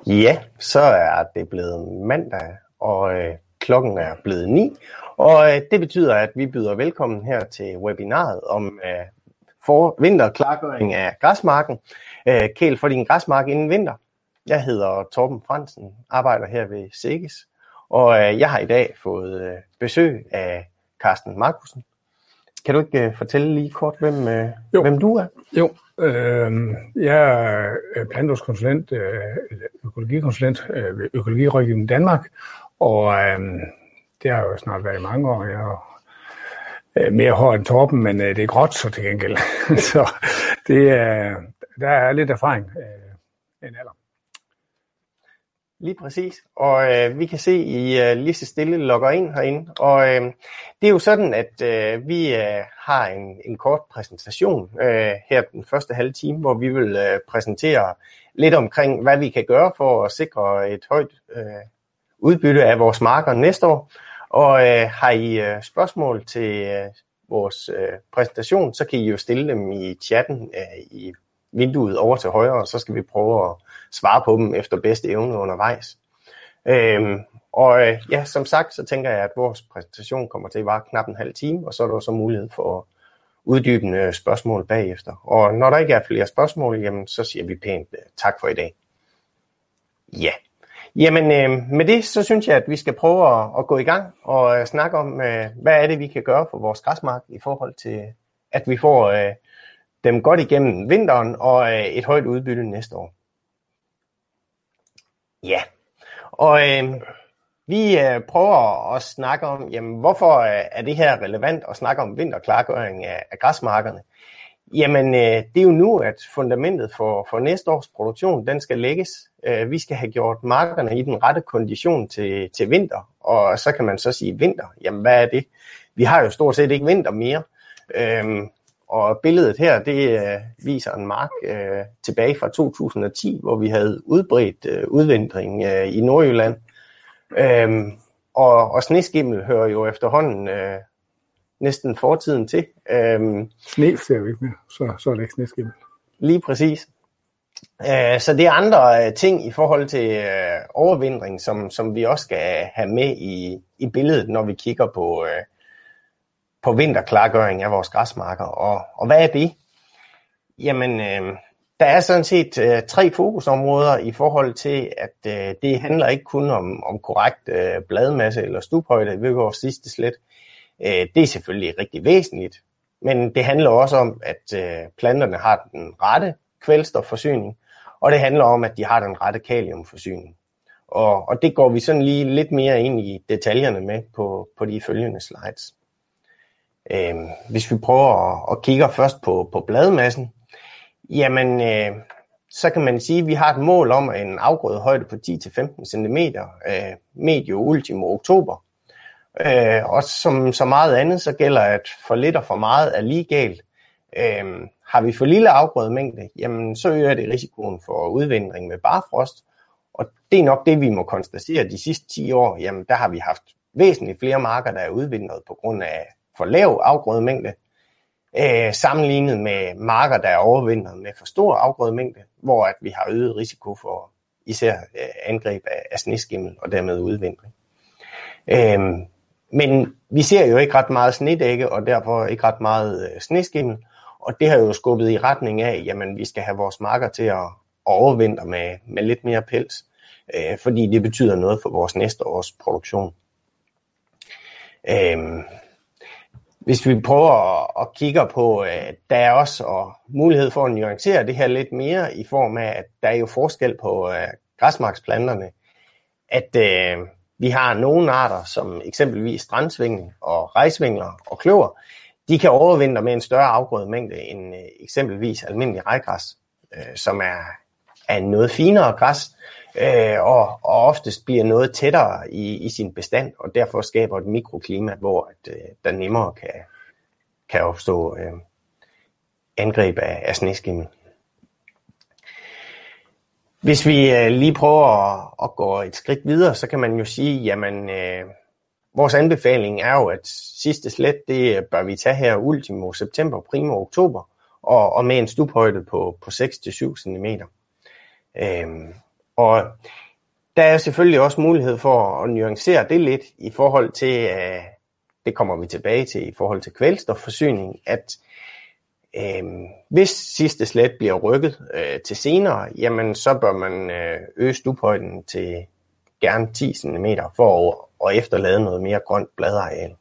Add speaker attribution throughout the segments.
Speaker 1: Ja, så er det blevet mandag, og klokken er blevet 9, og det betyder, at vi byder velkommen her til webinaret om vinterklargøring af græsmarken. Kæl for din græsmark inden vinter. Jeg hedder Torben Fransen, arbejder her ved Seges, og jeg har i dag fået besøg af Carsten Markussen. Kan du ikke fortælle lige kort, hvem du er?
Speaker 2: Jo, jeg er plantevårdskonsulent, økologikonsulent ved Økologirådgivning Danmark, og det har jo snart været i mange år. Jeg er mere hård end Torben, men det er gråt så til gengæld. Så der er lidt erfaring en alder.
Speaker 1: Lige præcis, og vi kan se, I lige så stille logger ind herinde, og det er jo sådan, at vi har en kort præsentation her den første halve time, hvor vi vil præsentere lidt omkring, hvad vi kan gøre for at sikre et højt udbytte af vores marker næste år. Og har I spørgsmål til vores præsentation, så kan I jo stille dem i chatten i vinduet over til højre, og så skal vi prøve at svare på dem efter bedste evne undervejs. Ja, som sagt, så tænker jeg, at vores præsentation kommer til at vare knap en halv time, og så er der så mulighed for uddybende spørgsmål bagefter. Og når der ikke er flere spørgsmål, jamen, så siger vi pænt tak for i dag. Ja, jamen med det, så synes jeg, at vi skal prøve at gå i gang og snakke om, hvad er det, vi kan gøre for vores græsmark i forhold til, at vi får dem godt igennem vinteren og et højt udbytte næste år. Ja, og vi prøver at snakke om, jamen, hvorfor er det her relevant at snakke om vinterklargøring af græsmarkerne. Jamen, det er jo nu, at fundamentet for næste års produktion, den skal lægges. Vi skal have gjort markerne i den rette kondition til vinter, og så kan man så sige vinter. Jamen, hvad er det? Vi har jo stort set ikke vinter mere. Og billedet her, det viser en mark tilbage fra 2010, hvor vi havde udbredt udvintring i Nordjylland. Og sneskimmel hører jo efterhånden næsten fortiden til.
Speaker 2: Sne ser vi ikke mere, så er det ikke sneskimmel.
Speaker 1: Lige præcis. Så det er andre ting i forhold til overvintring, som vi også skal have med i billedet, når vi kigger på vinterklargøring af vores græsmarker. Og hvad er det? Jamen, der er sådan set 3 fokusområder i forhold til, at det handler ikke kun om korrekt bladmasse eller stuphøjde ved vores sidste slæt. Det er selvfølgelig rigtig væsentligt, men det handler også om, at planterne har den rette kvælstofforsyning, og det handler om, at de har den rette kaliumforsyning. Og det går vi sådan lige lidt mere ind i detaljerne med på de følgende slides. Hvis vi prøver at kigge først på bladmassen, jamen så kan man sige, at vi har et mål om en afgrødehøjde på 10-15 cm medio ultimo oktober. Og som så meget andet, så gælder, at for lidt og for meget er lige galt. Har vi for lille afgrødemængde, jamen så øger det risikoen for udvindring med barfrost. Og det er nok det, vi må konstatere de sidste 10 år. Jamen der har vi haft væsentligt flere marker, der er udvindret på grund af for lav afgrødemængde, sammenlignet med marker, der er overvintret med for stor afgrødemængde, hvor at vi har øget risiko for især angreb af sneskimmel og dermed udvindring. Men vi ser jo ikke ret meget snedække, og derfor ikke ret meget sneskimmel, og det har jo skubbet i retning af, jamen vi skal have vores marker til at overvintre med lidt mere pels, fordi det betyder noget for vores næste års produktion. Hvis vi prøver at kigge på, der er også mulighed for at nuancere det her lidt mere i form af, at der er jo forskel på græsmarksplanterne, at vi har nogle arter, som eksempelvis strandsvingel og rejsvingler og kløver, de kan overvintre med en større afgrødemængde end eksempelvis almindelig rejgræs, som er en noget finere græs, og oftest bliver noget tættere i sin bestand, og derfor skaber et mikroklima, hvor der nemmere kan opstå angreb af sneskimmel. Hvis vi lige prøver at gå et skridt videre, så kan man jo sige, jamen vores anbefaling er jo, at sidste slæt, det bør vi tage her ultimo september, primo oktober, og med en stuphøjde på 6-7 cm. Og der er selvfølgelig også mulighed for at nuancere det lidt i forhold til, det kommer vi tilbage til i forhold til kvælstofforsyning, at hvis sidste slæt bliver rykket til senere, jamen så bør man øge stuphøjden til gerne 10 cm for at efterlade noget mere grønt bladareal.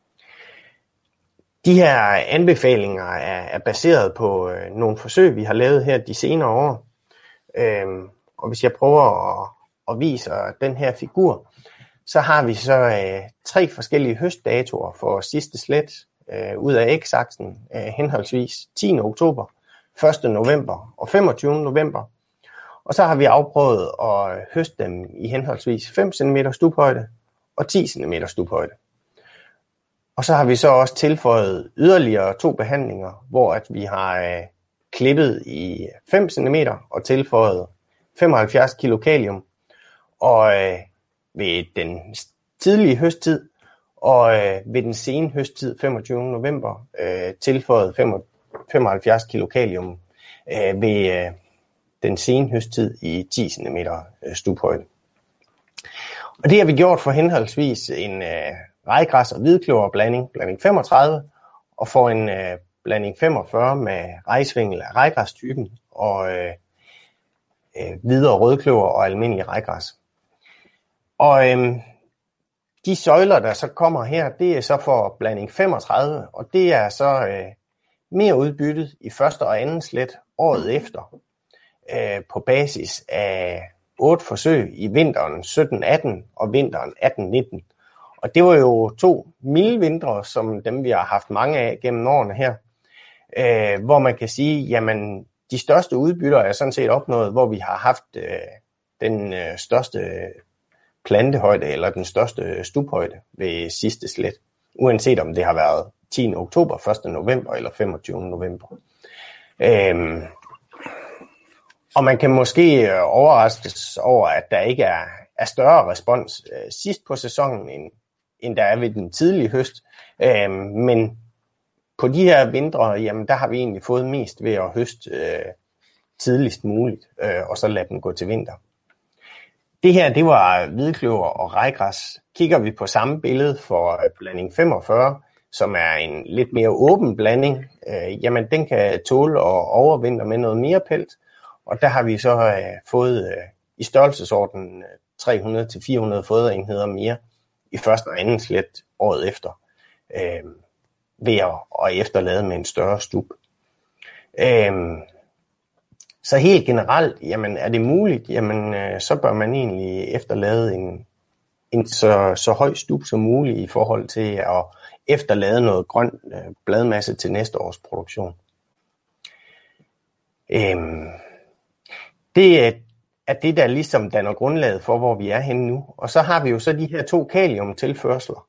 Speaker 1: De her anbefalinger er baseret på nogle forsøg, vi har lavet her de senere år. Og hvis jeg prøver at vise den her figur, så har vi så 3 forskellige høstdatoer for sidste slæt ud af x-aksen, henholdsvis 10. oktober, 1. november og 25. november. Og så har vi afprøvet at høste dem i henholdsvis 5 cm stuphøjde og 10 cm stuphøjde. Og så har vi så også tilføjet yderligere 2 behandlinger, hvor at vi har klippet i 5 cm og tilføjet 75 kg kalium, og ved den tidlige høsttid og ved den sene høsttid 25. november tilføjet 75 kg kalium ved den sene høsttid i 10 cm stuphøjde. Og det har vi gjort for henholdsvis en rejgræs og hvidkløver blanding 35, og for en blanding 45 med rejsvingel af rejgræstypen og hvide og rødkløver og almindelig rejgræs. Og de søjler, der så kommer her, det er så for blanding 35, og det er så mere udbyttet i første og anden slæt året efter på basis af 8 forsøg i vinteren 17-18 og vinteren 18-19. Og det var jo 2 milde vintre, som dem vi har haft mange af gennem årene her, hvor man kan sige, jamen de største udbytter er sådan set opnået, hvor vi har haft den største plantehøjde eller den største stuphøjde ved sidste slæt, uanset om det har været 10. oktober, 1. november eller 25. november. Og man kan måske overraskes over, at der ikke er større respons sidst på sæsonen, end der er ved den tidlige høst. Men på de her vintre, jamen der har vi egentlig fået mest ved at høste tidligst muligt, og så lade dem gå til vinter. Det her, det var hvidkløver og rejgræs. Kigger vi på samme billede for blanding 45, som er en lidt mere åben blanding, jamen den kan tåle at overvintre med noget mere pelt. Og der har vi så fået i størrelsesorden 300-400 foderenheder mere i første og anden slæt året efter, ved at efterlade med en større stup. Så helt generelt, jamen er det muligt, jamen så bør man egentlig efterlade en så høj stup som muligt i forhold til at efterlade noget grøn bladmasse til næste års produktion. Det er det, der ligesom danner grundlaget for, hvor vi er henne nu. Og så har vi jo så de her 2 kaliumtilførsler.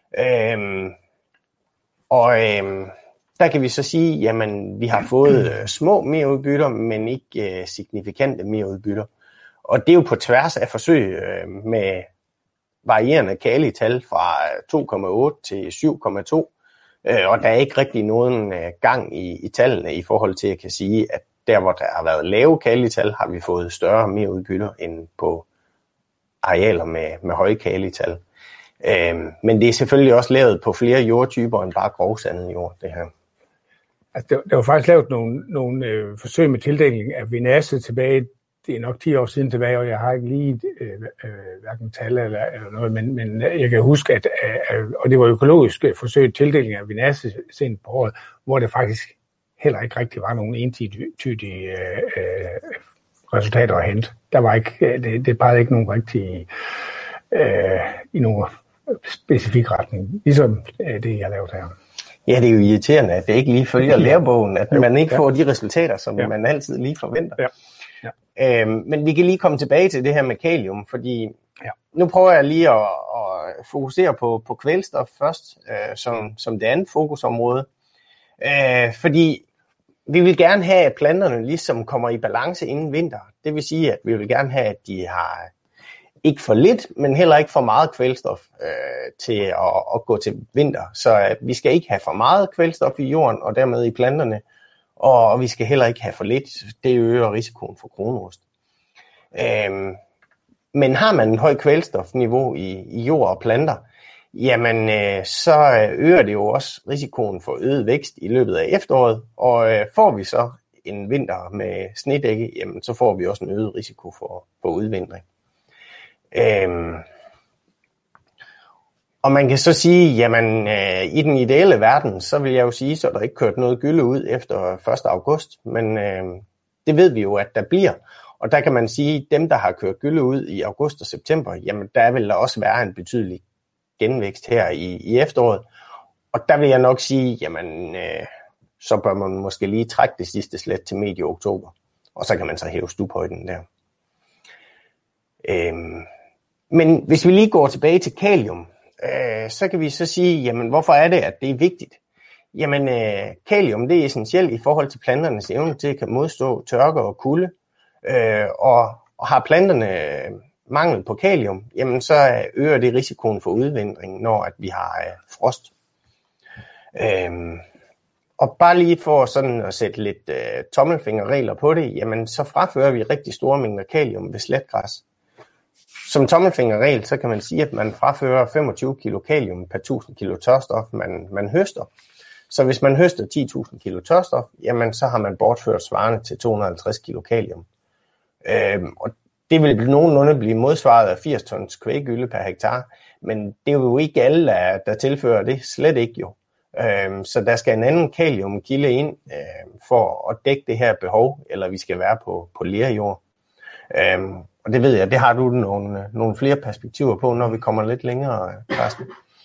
Speaker 1: Der kan vi så sige, jamen vi har fået små merudbytter, men ikke signifikante merudbytter. Og det er jo på tværs af forsøg med varierende kalital fra 2,8 til 7,2. Og der er ikke rigtig nogen gang i tallene i forhold til, at jeg kan sige, at der hvor der har været lave kalital, har vi fået større merudbytter end på arealer med høje kalital. Men det er selvfølgelig også lavet på flere jordtyper end bare grovsandet jord, det her.
Speaker 2: Altså, der var faktisk lavet nogle forsøg med tildeling af vinasse tilbage, det er nok 10 år siden tilbage, og jeg har ikke lige hverken tal eller noget, men jeg kan huske, at og det var økologisk forsøg tildeling af vinasse sent på året, hvor det faktisk heller ikke rigtig var nogen entydige resultater at hente. Der var ikke, det pegede ikke nogen rigtige i nogen specifik retning, ligesom det jeg lavede her.
Speaker 1: Ja, det er jo irriterende, at det ikke lige følger lærebogen, at man ikke får de resultater, som man altid lige forventer. Ja. Ja. Men vi kan lige komme tilbage til det her med kalium, fordi nu prøver jeg lige at fokusere på kvælstof først, som det andet fokusområde. Fordi vi vil gerne have, at planterne ligesom kommer i balance inden vinter. Det vil sige, at vi vil gerne have, at de har ikke for lidt, men heller ikke for meget kvælstof til at gå til vinter. Så vi skal ikke have for meget kvælstof i jorden og dermed i planterne, og vi skal heller ikke have for lidt. Det øger risikoen for kronost. Men har man en høj kvælstofniveau i jord og planter, jamen så øger det jo også risikoen for øget vækst i løbet af efteråret, og får vi så en vinter med snedække, jamen så får vi også en øget risiko for udvindring. Og man kan så sige, jamen i den ideelle verden, så vil jeg jo sige, så er der ikke kørt noget gylde ud efter 1. august, men det ved vi jo, at der bliver. Og der kan man sige, dem der har kørt gylde ud i august og september, jamen der vil der også være en betydelig genvækst her i efteråret. Og der vil jeg nok sige, jamen så bør man måske lige trække det sidste slæt til medio oktober. Og så kan man så hæve stuphøjden der. Men hvis vi lige går tilbage til kalium, så kan vi så sige, jamen hvorfor er det, at det er vigtigt? Jamen kalium, det er essentielt i forhold til planternes evne til at kan modstå tørke og kulde. Og har planterne mangel på kalium, jamen så øger det risikoen for udvindring, når at vi har frost. Og bare lige for sådan at sætte lidt tommelfingerregler på det, jamen så frafører vi rigtig store mængder kalium ved sletgræs. Som tommelfingerregel, så kan man sige, at man frafører 25 kilo kalium per 1000 kilo tørstof, man høster. Så hvis man høster 10.000 kilo tørstof, jamen så har man bortført svarende til 250 kilo kalium. Og det vil nogenlunde blive modsvaret af 80 tons kvæggylde per hektar, men det er jo ikke alle, der tilfører det, slet ikke jo. Så der skal en anden kaliumkilde ind for at dække det her behov, eller vi skal være på lerjord. Og det ved jeg, det har du nogle flere perspektiver på, når vi kommer lidt længere, Carsten.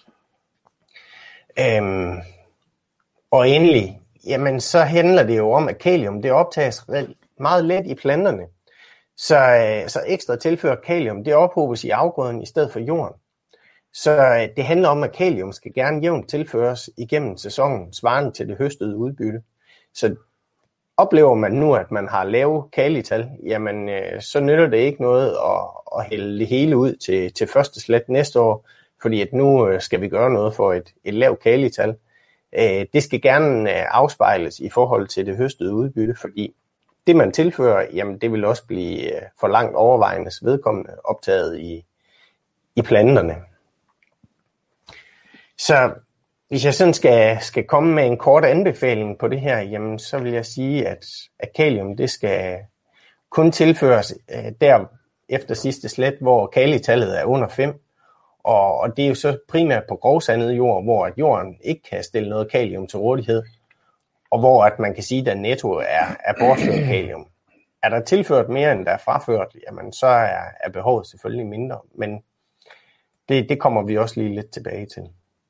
Speaker 1: Og endelig, jamen så handler det jo om, at kalium det optages meget let i planterne. Så ekstra tilført kalium, det ophobes i afgrøden i stedet for jorden. Så det handler om, at kalium skal gerne jævnt tilføres igennem sæsonen, svarende til det høstede udbytte. Så oplever man nu, at man har lave kalital, jamen så nytter det ikke noget at hælde det hele ud til første slæt næste år, fordi at nu skal vi gøre noget for et lavt kalital. Det skal gerne afspejles i forhold til det høstede udbytte, fordi det man tilfører, jamen det vil også blive for langt overvejendes vedkommende optaget i planterne. Så hvis jeg sådan skal komme med en kort anbefaling på det her, jamen så vil jeg sige, at kalium det skal kun tilføres der efter sidste slæt, hvor kalitallet er under 5. Og det er jo så primært på grovsandet jord, hvor at jorden ikke kan stille noget kalium til rådighed, og hvor at man kan sige, at netto er bortført kalium. Er der tilført mere, end der er fraført, jamen så er behovet selvfølgelig mindre, men det kommer vi også lige lidt tilbage til.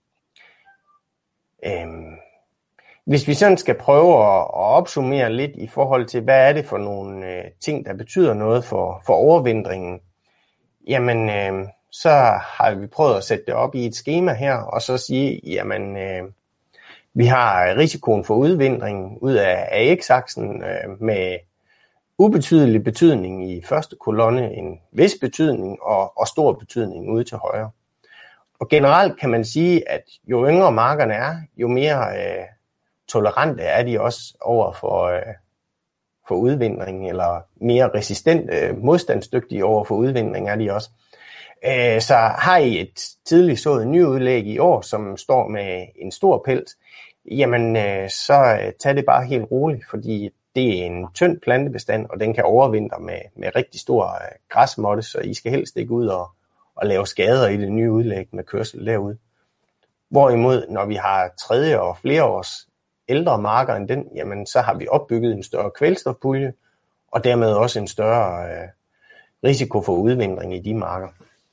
Speaker 1: Hvis vi sådan skal prøve at opsummere lidt i forhold til, hvad er det for nogle ting, der betyder noget for overvintringen, jamen så har vi prøvet at sætte det op i et skema her, og så sige, jamen vi har risikoen for udvindring ud af x-aksen med ubetydelig betydning i første kolonne, en vis betydning og stor betydning ude til højre. Og generelt kan man sige, at jo yngre markerne er, jo mere tolerante er de også over for udvindring, eller mere modstandsdygtige over for udvindring er de også. Så har I et tidligt sået nyudlæg i år, som står med en stor pels, jamen så tag det bare helt roligt, fordi det er en tynd plantebestand, og den kan overvintre med rigtig stor græsmåtte, så I skal helst ikke ud og lave skader i det nye udlæg med kørsel derude. Hvorimod, når vi har tredje og flere års ældre marker end den, jamen så har vi opbygget en større kvælstofpulje, og dermed også en større risiko for udvindring i de marker.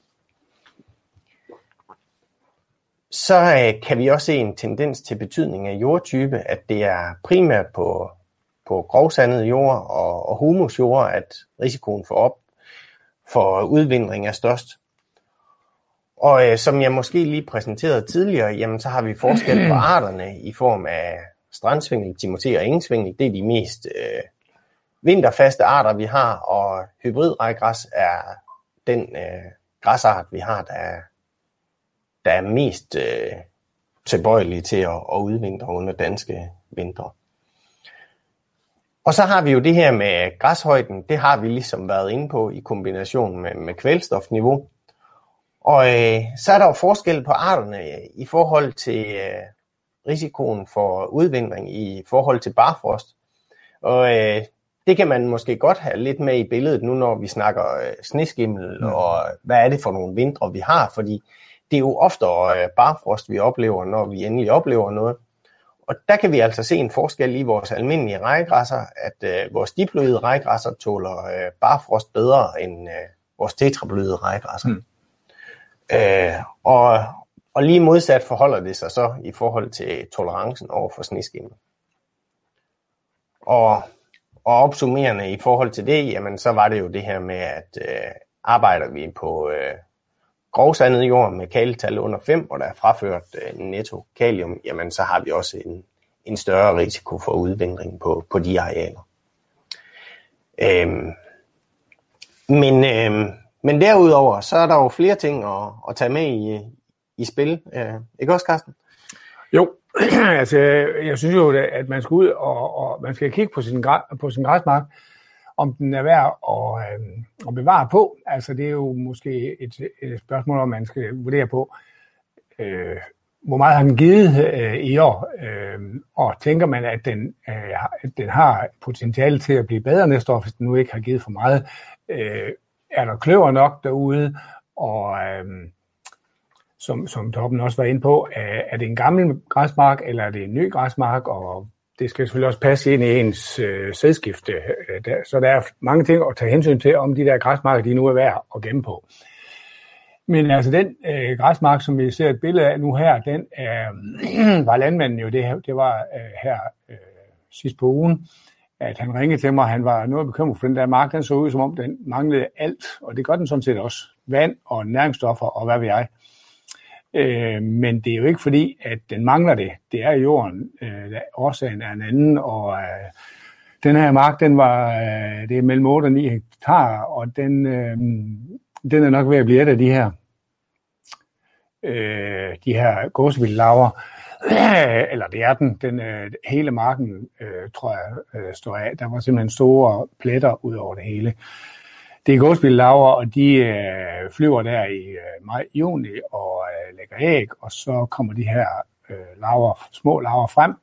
Speaker 1: Så kan vi også se en tendens til betydning af jordtype, at det er primært på grovsandet jord og humusjord, at risikoen for udvindring er størst. Og som jeg måske lige præsenterede tidligere, jamen så har vi forskel på arterne i form af strandsvingel, timoté og engsvingel. Det er de mest vinterfaste arter, vi har, og hybridrejgræs er den græsart, vi har, der er mest tilbøjelige til at udvintre under danske vintre. Og så har vi jo det her med græshøjden. Det har vi ligesom været inde på i kombination med kvælstofniveau. Og så er der jo forskel på arterne i forhold til risikoen for udvindring i forhold til barfrost. Og det kan man måske godt have lidt med i billedet nu, når vi snakker sneskimmel, og hvad er det for nogle vintre, vi har. Fordi det er jo oftere barfrost, vi oplever, når vi endelig oplever noget. Og der kan vi altså se en forskel i vores almindelige rejegræsser, at vores dipløjede rejegræsser tåler barfrost bedre end vores tetrapløjede rejegræsser. Og lige modsat forholder det sig så i forhold til tolerancen over for sneskimmel. Og opsummerende i forhold til det, jamen så var det jo det her med, at arbejder vi på grovsandet jord med kalital under 5, hvor der er fraført netto kalium, jamen så har vi også en større risiko for udvindring på de arealer. Men derudover, så er der jo flere ting at tage med i spil. Ikke også, Carsten?
Speaker 2: Jo, altså jeg synes jo, at man skal ud og man skal kigge på sin græsmark, om den er værd at bevare på. Altså det er jo måske et spørgsmål, om man skal vurdere på, hvor meget har den givet i år, og tænker man, at den har potentiale til at blive bedre næste år, hvis den nu ikke har givet for meget. Er der kløver nok derude, og som Torben også var inde på, er det en gammel græsmark, eller er det en ny græsmark, og det skal selvfølgelig også passe ind i ens sædskifte. Så der er mange ting at tage hensyn til, om de der græsmarker, de nu er værd at gemme på. Men altså den græsmark, som vi ser et billede af nu her, den var landmanden jo det var her sidst på ugen, at han ringede til mig, han var noget bekymret for den der mark, den så ud som om den manglede alt, og det gør den sådan set også. Vand og næringsstoffer og hvad ved jeg. Men det er jo ikke fordi, at den mangler det. Det er jorden. Årsagen er en anden, og den her mark, det er mellem 8 og 9 hektar, og den er nok ved at blive et af de her gåsevildlaver. Eller det er den hele marken, tror jeg, står af. Der var simpelthen store pletter ud over det hele. Det er gåsevildlaver, og de flyver der i maj-juni og lægger æg, og så kommer de her små larver frem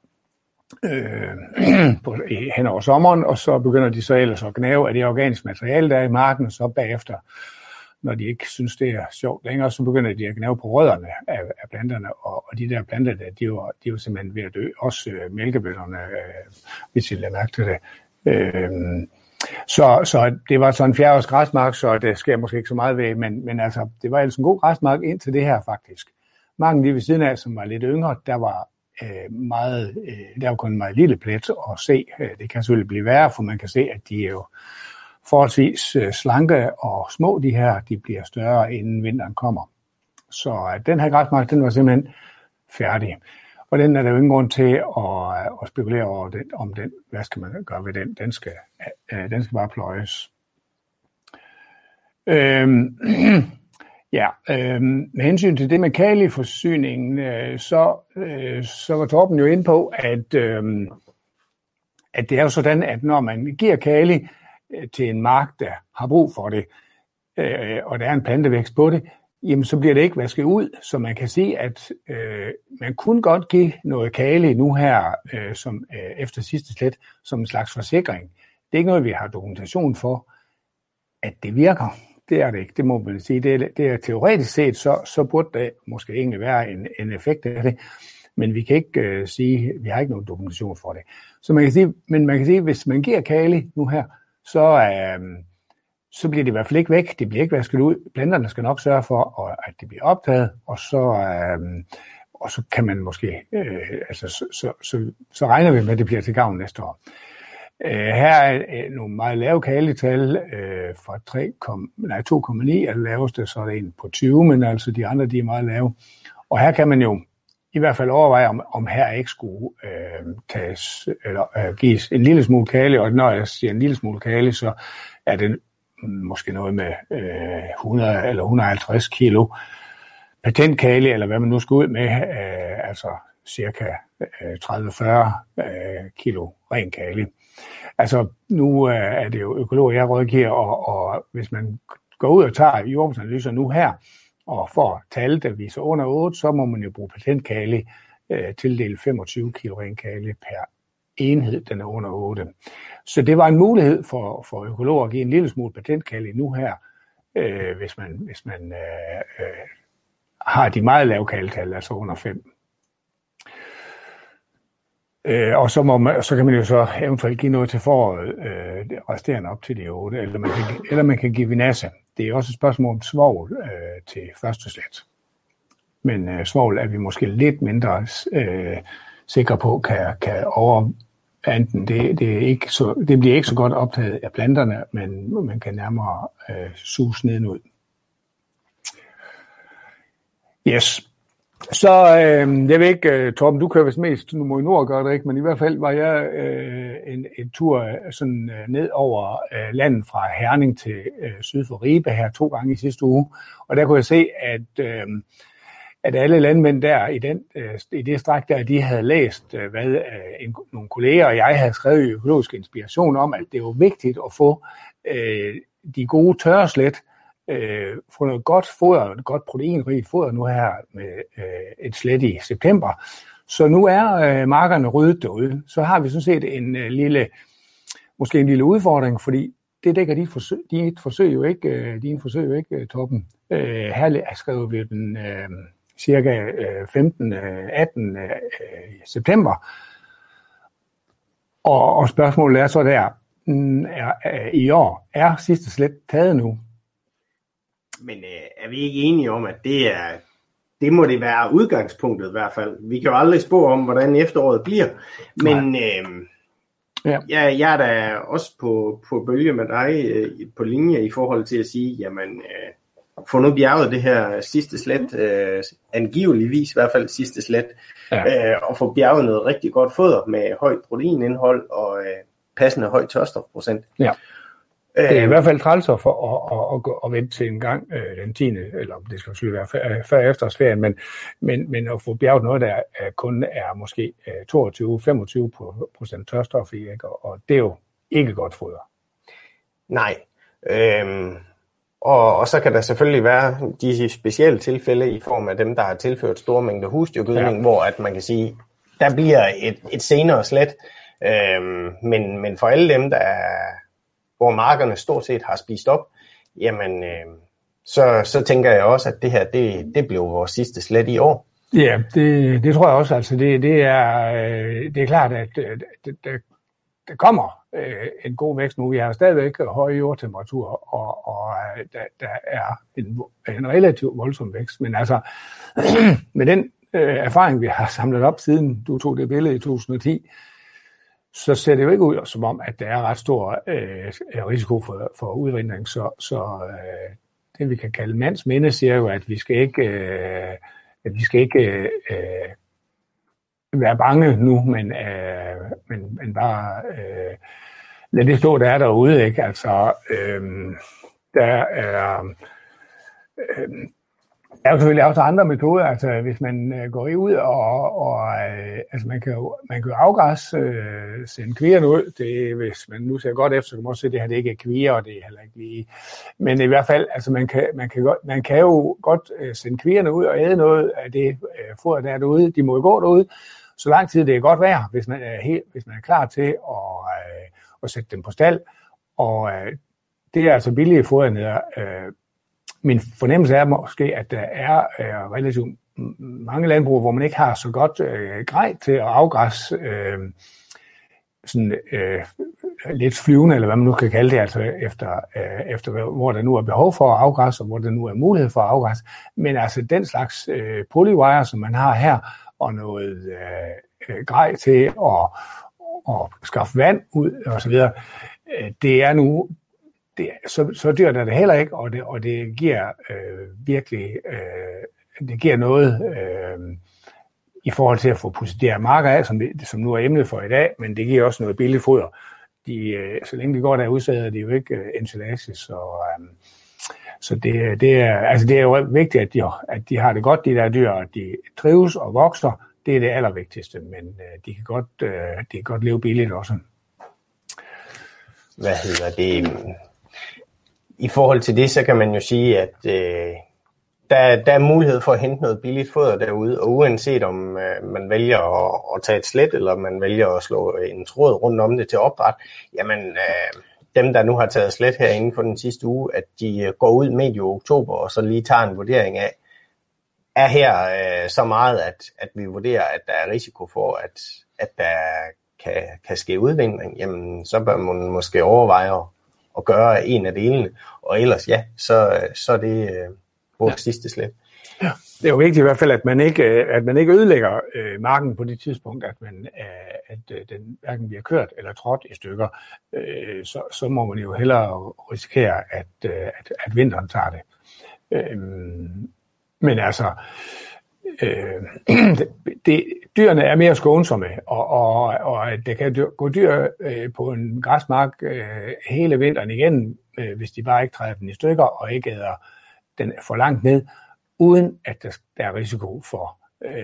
Speaker 2: hen over sommeren, og så begynder de så ellers at gnave af det organiske materiale, der er i marken, og så bagefter, når de ikke synes, det er sjovt længere, så begynder de at gnave på rødderne af planterne, og de der planter, de er jo simpelthen ved at dø. Også mælkebøtterne, hvis I lader mærke til det. Så det var sådan en fjerdeårs græsmark, så det sker måske ikke så meget ved, men altså, det var ellers en god græsmark indtil det her faktisk. Marken lige ved siden af, som var lidt yngre, der var kun en meget lille plet at se. Det kan selvfølgelig blive værre, for man kan se, at de er jo forholdsvis slanke og små, de her, de bliver større, inden vinteren kommer. Så den her græsmark, den var simpelthen færdig. Og den er der jo ingen grund til at spekulere over om den, hvad skal man gøre ved den? Den skal bare pløjes. Med hensyn til det med kaliforsyningen, så var Torben jo inde på, at det er jo sådan, at når man giver kali til en mark, der har brug for det, og der er en plantevækst på det, jamen så bliver det ikke vasket ud, så man kan sige, at man kunne godt give noget kali nu her, som efter sidste slæt, som en slags forsikring. Det er ikke noget, vi har dokumentation for, at det virker. Det er det ikke, det må man sige. Det er teoretisk set, så burde det måske egentlig være en effekt af det, men vi kan ikke sige, vi har ikke nogen dokumentation for det. Så man kan sige, hvis man giver kali nu her, så bliver det i hvert fald ikke væk. Det bliver ikke vasket ud. Planterne skal nok sørge for, at det bliver optaget, og så kan man måske, så regner vi med, at det bliver til gavn næste år. Her er nogle meget lave kalital fra 2,9 er det laveste, så er det en på 20, men altså de andre, de er meget lave. Og her kan man jo i hvert fald overveje, om her ikke skulle tages eller gives en lille smule kali, og når jeg siger en lille smule kali, så er det måske noget med 100 eller 150 kilo patentkali, eller hvad man nu skal ud med, altså cirka 30-40 kilo ren kali. Altså nu er det jo økolog, jeg rådgiver, og hvis man går ud og tager jordbundsanalyser nu her, og får tal, der viser under 8, så må man jo bruge patentkali, tildele 25 kilo ren kali per enhed, den er under 8. Så det var en mulighed for økologer at give en lille smule patentkali nu her, hvis man har de meget lave kalital, altså under 5. Og så kan man jo så eventuelt give noget til foråret, resterende op til de 8, eller man kan give vinasse. Det er også et spørgsmål om svovl til første slæt. Men svovl er vi måske lidt mindre sikre på kan overvande. Det bliver ikke så godt optaget af planterne, men man kan nærmere suge nedenud. Yes. Så jeg ved ikke, Torben, du kører vist mest nu i nord, gør det ikke, men i hvert fald var jeg en tur sådan ned over landet fra Herning til syd for Ribe her 2 gange i sidste uge, og der kunne jeg se, at alle landmænd der i det stræk der, de havde læst, hvad nogle kolleger og jeg havde skrevet i Økologisk Inspiration om, at det var vigtigt at få de gode tørreslæt, få noget godt foder, et godt proteinrigt foder nu her med et slæt i september. Så nu er markerne ryddet derude. Så har vi sådan set måske en lille udfordring, fordi det dækker de forsøg jo ikke, Torben. Her skrev vi den cirka 15-18 september. Og spørgsmålet er så der, i år er sidste slæt taget nu?
Speaker 1: Men er vi ikke enige om, at det må det være udgangspunktet i hvert fald? Vi kan jo aldrig spå om, hvordan efteråret bliver. Men jeg er da også på bølge med dig på linje i forhold til at sige, jamen få nu bjerget det her sidste slæt, angiveligvis i hvert fald sidste slæt, og få bjerget noget rigtig godt foder med højt proteinindhold og passende høj tørstofprocent. Ja.
Speaker 2: Det er i hvert fald trælser for at vente til en gang den 10. eller det skal selvfølgelig være før efterårsferien, men at få bjerget noget, der kun er måske 22-25% tørstof i, ikke? Og det er jo ikke godt foder.
Speaker 1: Nej. Og så kan der selvfølgelig være de specielle tilfælde i form af dem, der har tilført store mængder husdyrgødning, hvor at man kan sige, der bliver et senere slæt. Men for alle dem, hvor markerne stort set har spist op, jamen så tænker jeg også, at det her, det blev vores sidste slæt i år.
Speaker 2: Ja, det tror jeg også. Altså det er klart, at der kommer en god vækst nu. Vi har stadigvæk høje jordtemperaturer, og der er en relativt voldsom vækst. Men altså, med den erfaring, vi har samlet op siden du tog det billede i 2010, så ser det jo ikke ud som om, at der er ret stor risiko for udvindring. Så det vi kan kalde mands minde siger jo, at vi skal ikke være bange nu, men bare lad det stå, der er derude, ikke? Altså der er jo selvfølgelig også andre metoder. Altså hvis man går ud og altså man kan jo afgræsse, sende kvierne ud. Det, hvis man nu ser godt efter, så kan man også se, at det her det ikke er kvier, og det er heller ikke lige. Men i hvert fald, altså man kan jo godt sende kvierne ud og æde noget af det foder, der er derude. De må jo gå derude, så lang tid det er godt vejr, hvis man er klar til at sætte dem på stald. Og det er altså billige foderenheder. Min fornemmelse er måske, at der er relativt mange landbrug, hvor man ikke har så godt grej til at afgræsse lidt flyvende, eller hvad man nu kan kalde det, altså efter hvor der nu er behov for at afgræsse, og hvor der nu er mulighed for at afgræsse. Men altså den slags polywire, som man har her, og noget grej til at skaffe vand ud, og så videre, det er nu så dyrt er det heller ikke, og det giver virkelig det giver noget i forhold til at få pudset de her marker af, som nu er emnet for i dag, men det giver også noget billigt foder. Så længe de går der udsæder de jo ikke ensilage, så det er jo vigtigt, at de har det godt, de der dyr, at de trives og vokser. Det er det allervigtigste, men de kan godt leve billigt også.
Speaker 1: Hvad hedder det? I forhold til det, så kan man jo sige, at der er mulighed for at hente noget billigt foder derude, og uanset om man vælger at tage et slæt, eller man vælger at slå en tråd rundt om det til opdræt, jamen dem, der nu har taget slæt her inden for den sidste uge, at de går ud medio oktober, og så lige tager en vurdering af, er her så meget, at vi vurderer, at der er risiko for, at der kan ske udvinding, jamen så bør man måske overveje at gøre en af delene, og ellers ja, så er det vores sidste slæt.
Speaker 2: Ja. Det er jo vigtigt i hvert fald, at man ikke ødelægger marken på det tidspunkt, at den hverken bliver kørt eller trådt i stykker. Så må man jo hellere risikere, at vinteren tager det. Men altså, dyrene er mere skånsomme, og det kan gå dyr på en græsmark hele vinteren igen, hvis de bare ikke træder den i stykker og ikke æder den for langt ned, uden at der er risiko for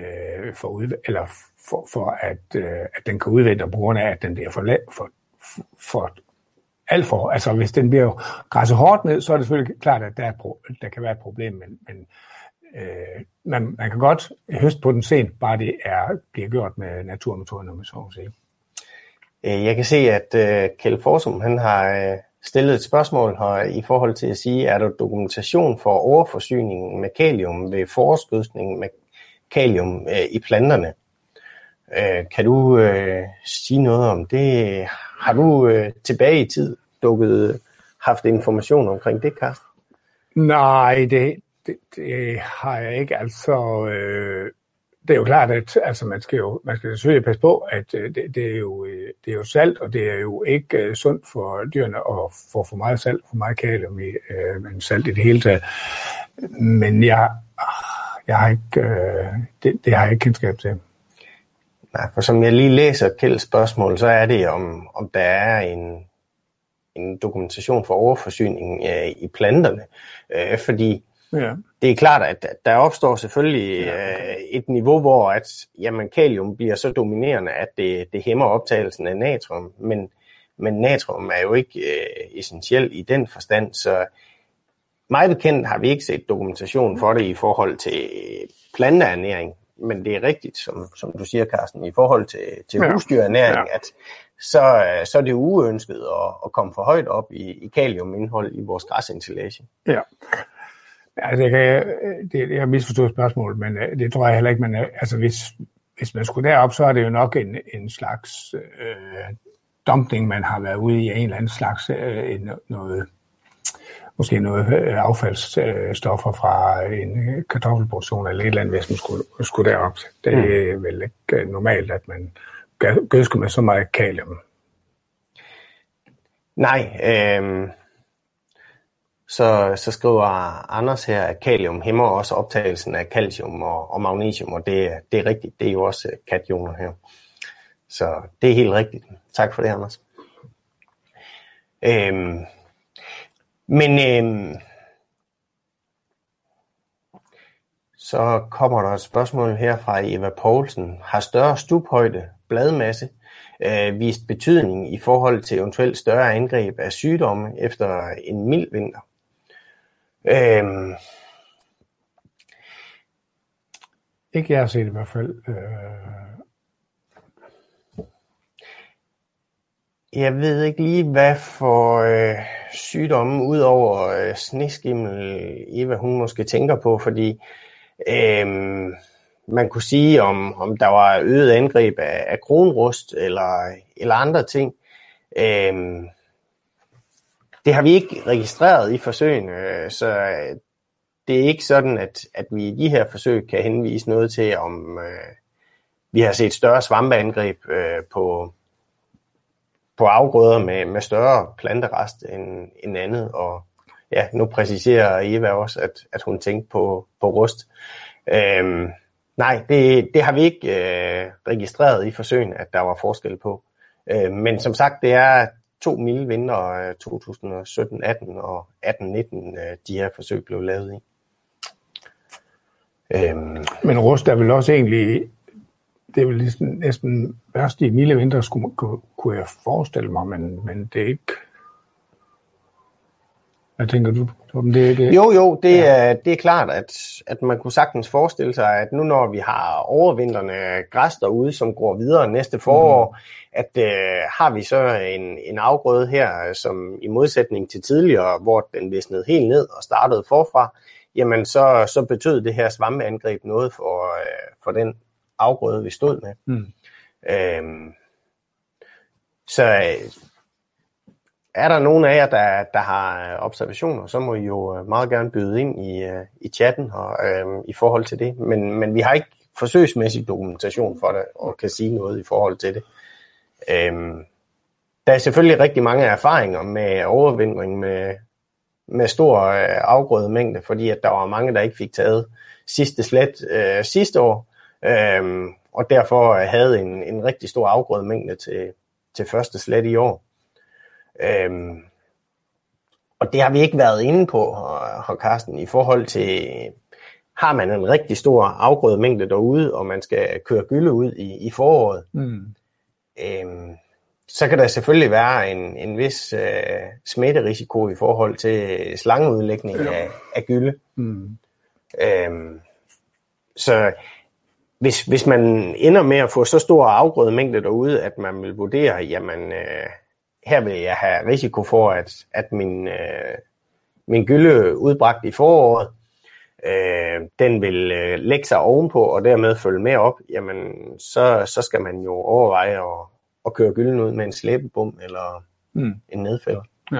Speaker 2: at den kan udvinde på grund af, at den bliver for alt for. Altså hvis den bliver græsset hårdt ned, så er det selvfølgelig klart, at der kan være et problem, men man kan godt høste på den sent, bare det bliver gjort med naturmetoden, om man så må sige.
Speaker 1: Jeg kan se, at Kjeld Forsum, han har stillet et spørgsmål her i forhold til at sige, er der dokumentation for overforsyningen med kalium ved forårsgødskning med kalium i planterne? Kan du sige noget om det? Har du tilbage i tid haft information omkring det, Carsten?
Speaker 2: Nej, det har jeg ikke. Altså, det er jo klart, at altså, man skal selvfølgelig passe på, at det er jo salt, og det er jo ikke sundt for dyrene at få for meget salt, for meget kalium i, men salt i det hele taget. Men jeg har ikke, det har jeg ikke kendskab til.
Speaker 1: Nej, for som jeg lige læser Kjelds spørgsmål, så er det om der er en dokumentation for overforsyning i planterne, fordi ja. Det er klart, at der opstår selvfølgelig et niveau, hvor at kalium bliver så dominerende, at det hæmmer optagelsen af natrium, men natrium er jo ikke essentiel i den forstand, så meget bekendt har vi ikke set dokumentation for det i forhold til planteernæring, men det er rigtigt, som du siger, Carsten, i forhold til husdyrernæring, at så er det uønsket at komme for højt op i kaliumindhold i vores græsinstallation.
Speaker 2: Ja. Altså, det er misforstået spørgsmål, men det tror jeg heller ikke, man altså hvis man skulle derop, så er det jo nok en slags dumpning, man har været ude i, en eller anden slags måske noget affaldsstoffer fra en kartoffelproduktion eller et eller andet, hvis man skulle derop. Det er vel ikke normalt, at man gødsker med så meget kalium.
Speaker 1: Nej, Så skriver Anders her, at kalium hæmmer også optagelsen af calcium og magnesium, og det er rigtigt. Det er jo også kationer her. Så det er helt rigtigt. Tak for det, Anders. Så kommer der et spørgsmål her fra Eva Poulsen. Har større stuphøjde, bladmasse, vist betydning i forhold til eventuelt større angreb af sygdomme efter en mild vinter?
Speaker 2: Ikke jeg har set i hvert fald.
Speaker 1: Jeg ved ikke lige, hvad for sygdomme udover sneskimmel Eva hun måske tænker på, fordi man kunne sige, om der var øget angreb af kronrust eller andre ting. Det har vi ikke registreret i forsøgene, så det er ikke sådan, at vi i de her forsøg kan henvise noget til, om vi har set større svampeangreb på afgrøder med større planterest end andet. Og ja, nu præciserer Eva også, at hun tænkte på rust. Nej, det har vi ikke registreret i forsøgene, at der var forskel på. Men som sagt, det er 2 milde vinter 2017-18 og 18-19, de her forsøg blev lavet i.
Speaker 2: Men rust er vel også egentlig det er vel ligesom næsten værst i milde vinter, kunne jeg forestille mig, men det er ikke... Hvad tænker du om det?
Speaker 1: Jo, det er klart, at man kunne sagtens forestille sig, at nu når vi har overvintrende græs derude, som går videre næste forår, at har vi så en afgrøde her, som i modsætning til tidligere, hvor den visnede helt ned og startede forfra, jamen så betød det her svampeangreb noget for den afgrøde, vi stod med. Så er der nogen af jer, der har observationer, så må I jo meget gerne byde ind i chatten og, i forhold til det. Men vi har ikke forsøgsmæssig dokumentation for det, og kan sige noget i forhold til det. Der er selvfølgelig rigtig mange erfaringer med overvintring med stor afgrødemængde, fordi at der var mange, der ikke fik taget sidste slæt sidste år, og derfor havde en rigtig stor afgrødemængde til første slæt i år. Og det har vi ikke været inde på, Carsten, i forhold til, har man en rigtig stor afgrødemængde derude, og man skal køre gylde ud i foråret, så kan der selvfølgelig være en vis smitterisiko i forhold til slangeudlægning af gylde. Så hvis man ender med at få så stor afgrødemængde derude, at man vil vurdere, jamen her vil jeg have risiko for, at min gylde udbragt i foråret, den vil lægge sig ovenpå og dermed følge med op, jamen så skal man jo overveje at køre gylden ud med en slæbebom eller en nedfælder.
Speaker 2: Ja.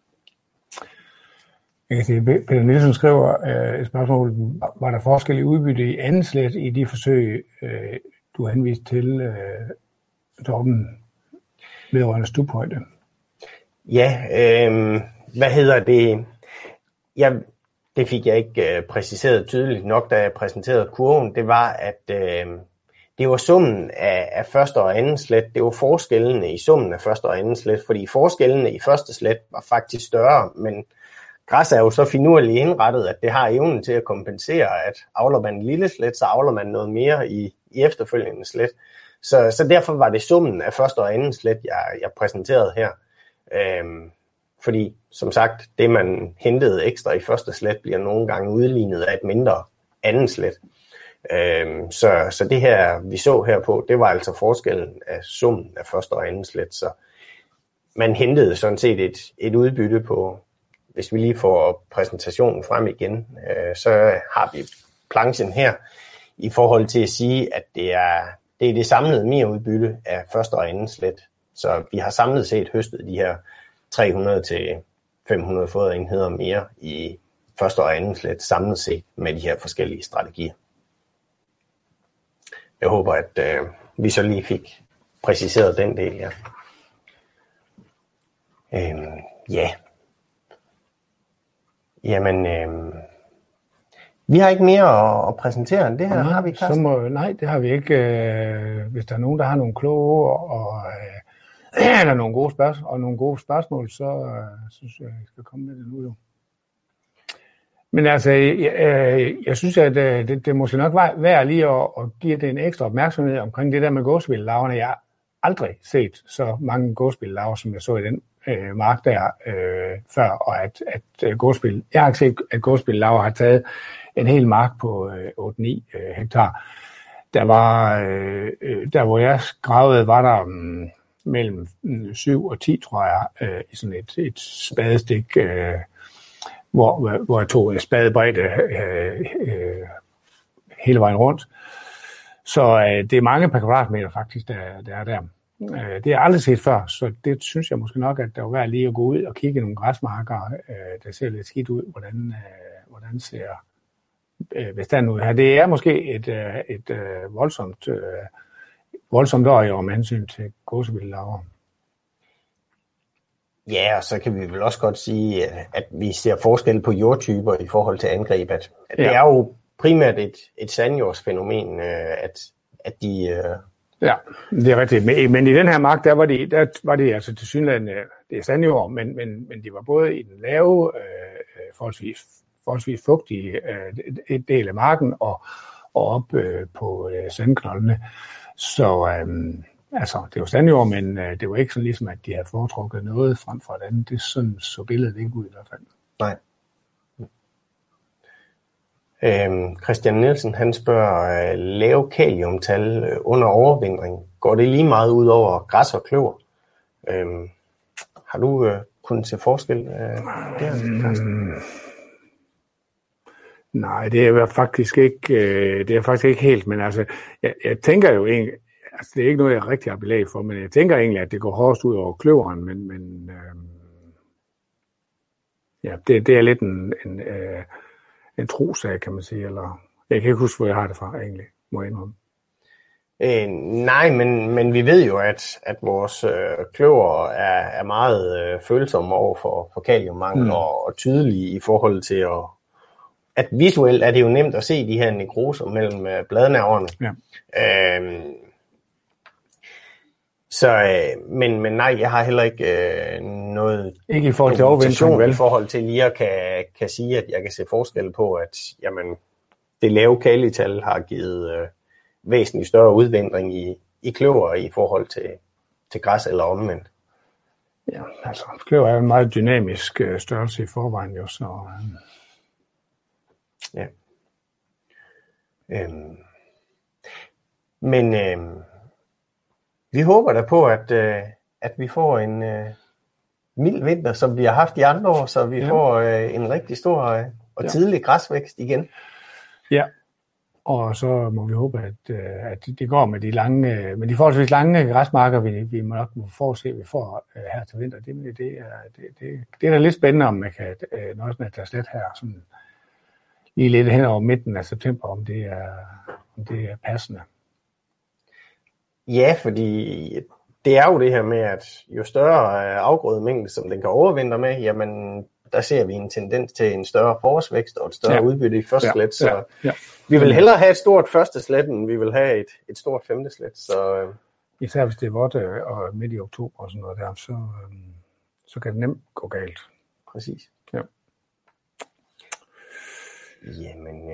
Speaker 2: Jeg kan sige, Peter Nielsen skriver et spørgsmål, var der forskel i udbytte i anden slæt i de forsøg, du henviste til, Torben, vedrørende stuphøjde?
Speaker 1: Ja, hvad hedder det? Det fik jeg ikke præciseret tydeligt nok, da jeg præsenterede kurven. Det var, at det var summen af første og anden slæt. Det var forskellene i summen af første og anden slæt, fordi forskellene i første slæt var faktisk større, men græs er jo så finurligt indrettet, at det har evnen til at kompensere, at avler man en lille slæt, så avler man noget mere i efterfølgende slæt. Så derfor var det summen af første og anden slæt, jeg præsenterede her. Fordi, som sagt, det man hentede ekstra i første slæt, bliver nogle gange udlignet af et mindre anden slæt. Så det her, vi så her på, det var altså forskellen af summen af første og anden slæt. Så man hentede sådan set et udbytte på, hvis vi lige får præsentationen frem igen, så har vi planchen her i forhold til at sige, at det er det samlede merudbytte af første og anden slæt. Så vi har samlet set høstet de her 300 til 500 foderenheder mere i første og anden slæt samlet set med de her forskellige strategier. Jeg håber, at vi så lige fik præciseret den del, ja. Ja. Jamen, vi har ikke mere at præsentere end det her, har vi, Carsten?
Speaker 2: Nej, det har vi ikke. Hvis der er nogen, der har nogle kloge og eller nogle gode spørgsmål, og nogle gode spørgsmål, så synes jeg skal komme med det nu jo. Men altså, jeg synes, at det måske nok var værd lige at give det en ekstra opmærksomhed omkring det der med gåsebillelarverne. Jeg har aldrig set så mange gåsebillelarver, som jeg så i den mark der før, og at jeg har ikke set, at gåsebillelarver har taget en hel mark på 8-9 hektar. Der hvor jeg gravede, var der mellem 7 og 10, tror jeg, i sådan et spadestik, hvor jeg tog en spadebredde hele vejen rundt. Så det er mange per kvadratmeter faktisk, der er der. Det har jeg aldrig set før, så det synes jeg måske nok, at der var værd lige at gå ud og kigge nogle græsmarker, der ser lidt skidt ud, hvordan ser bestanden ud her. Det er måske et voldsomt år med hensyn til gåsebillelarver.
Speaker 1: Ja, og så kan vi vel også godt sige, at vi ser forskel på jordtyper i forhold til angreb. At det er jo primært et sandjordsfænomen, at de...
Speaker 2: Ja, det er rigtigt. Men i den her mark, der var de altså tilsyneladende, det er sandjord, men de var både i den lave, forholdsvis fugtige del af marken og op på sandknoldene. Så altså, det var standjord, men det var ikke sådan ligesom, at de havde foretrukket noget frem for et andet. Det sådan så billedet ikke ud i hvert fald.
Speaker 1: Nej. Christian Nielsen, han spørger, lave kaliumtal under overvintring, går det lige meget ud over græs og kløver? Har du kunnet se forskel der, Carsten?
Speaker 2: Nej, det er faktisk ikke helt, men altså, jeg tænker jo egentlig, altså det er ikke noget, jeg rigtig har belæg for, men jeg tænker egentlig, at det går hårdest ud over kløveren, men ja, det er lidt en trosag, kan man sige, eller jeg kan ikke huske, hvor jeg har det fra egentlig, må jeg indrømme.
Speaker 1: Nej, men vi ved jo, at vores kløver er meget følsomme over for kaliummangel og tydelige i forhold til at visuelt er det jo nemt at se de her nekroser mellem bladnerverne.
Speaker 2: Ja.
Speaker 1: Men nej, jeg har heller ikke noget
Speaker 2: ikke i forhold til overvintring, vel?
Speaker 1: I forhold til lige at kan sige, at jeg kan se forskel på, at jamen, det lave kalital har givet væsentligt større udvindring i kløver i forhold til græs eller omvendt.
Speaker 2: Ja, altså kløver er en meget dynamisk størrelse i forvejen jo, så...
Speaker 1: Ja. Men vi håber da på, at vi får en mild vinter, som vi har haft i andre år, så vi får en rigtig stor og tidlig græsvækst igen.
Speaker 2: Ja, og så må vi håbe, at det går med de forholdsvis lange græsmarker, vi nok må forudse, at vi får her til vinter. Det er da lidt spændende, om man kan nøjes med at tage slet her sådan lige lidt hen over midten af september, om det er passende.
Speaker 1: Ja, fordi det er jo det her med, at jo større afgrødemængde, som den kan overvintre med, jamen der ser vi en tendens til en større forårsvækst og et større udbytte i første slæt. Så vi vil hellere have et stort første slæt, end vi vil have et stort femte slæt. Så
Speaker 2: især hvis det er vådt og midt i oktober og sådan noget der, så kan det nemt gå galt.
Speaker 1: Præcis.
Speaker 2: Ja.
Speaker 1: Jamen,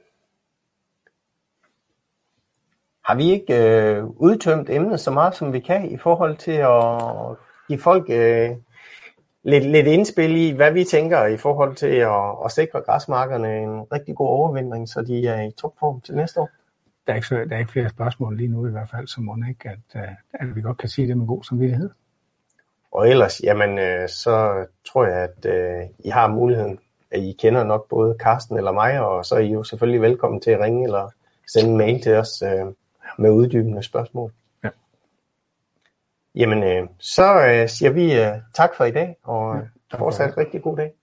Speaker 1: har vi ikke udtømt emnet så meget, som vi kan, i forhold til at give folk lidt indspil i, hvad vi tænker i forhold til at sikre græsmarkerne en rigtig god overvintring, så de er i topform til næste år?
Speaker 2: Der er ikke flere spørgsmål lige nu i hvert fald, så må ikke, at vi godt kan sige det med god samvittighed.
Speaker 1: Og ellers, jamen, så tror jeg, at I har muligheden, at I kender nok både Carsten eller mig, og så er I jo selvfølgelig velkommen til at ringe eller sende en mail til os med uddybende spørgsmål. Ja. Jamen, så siger vi tak for i dag, og fortsat rigtig god dag.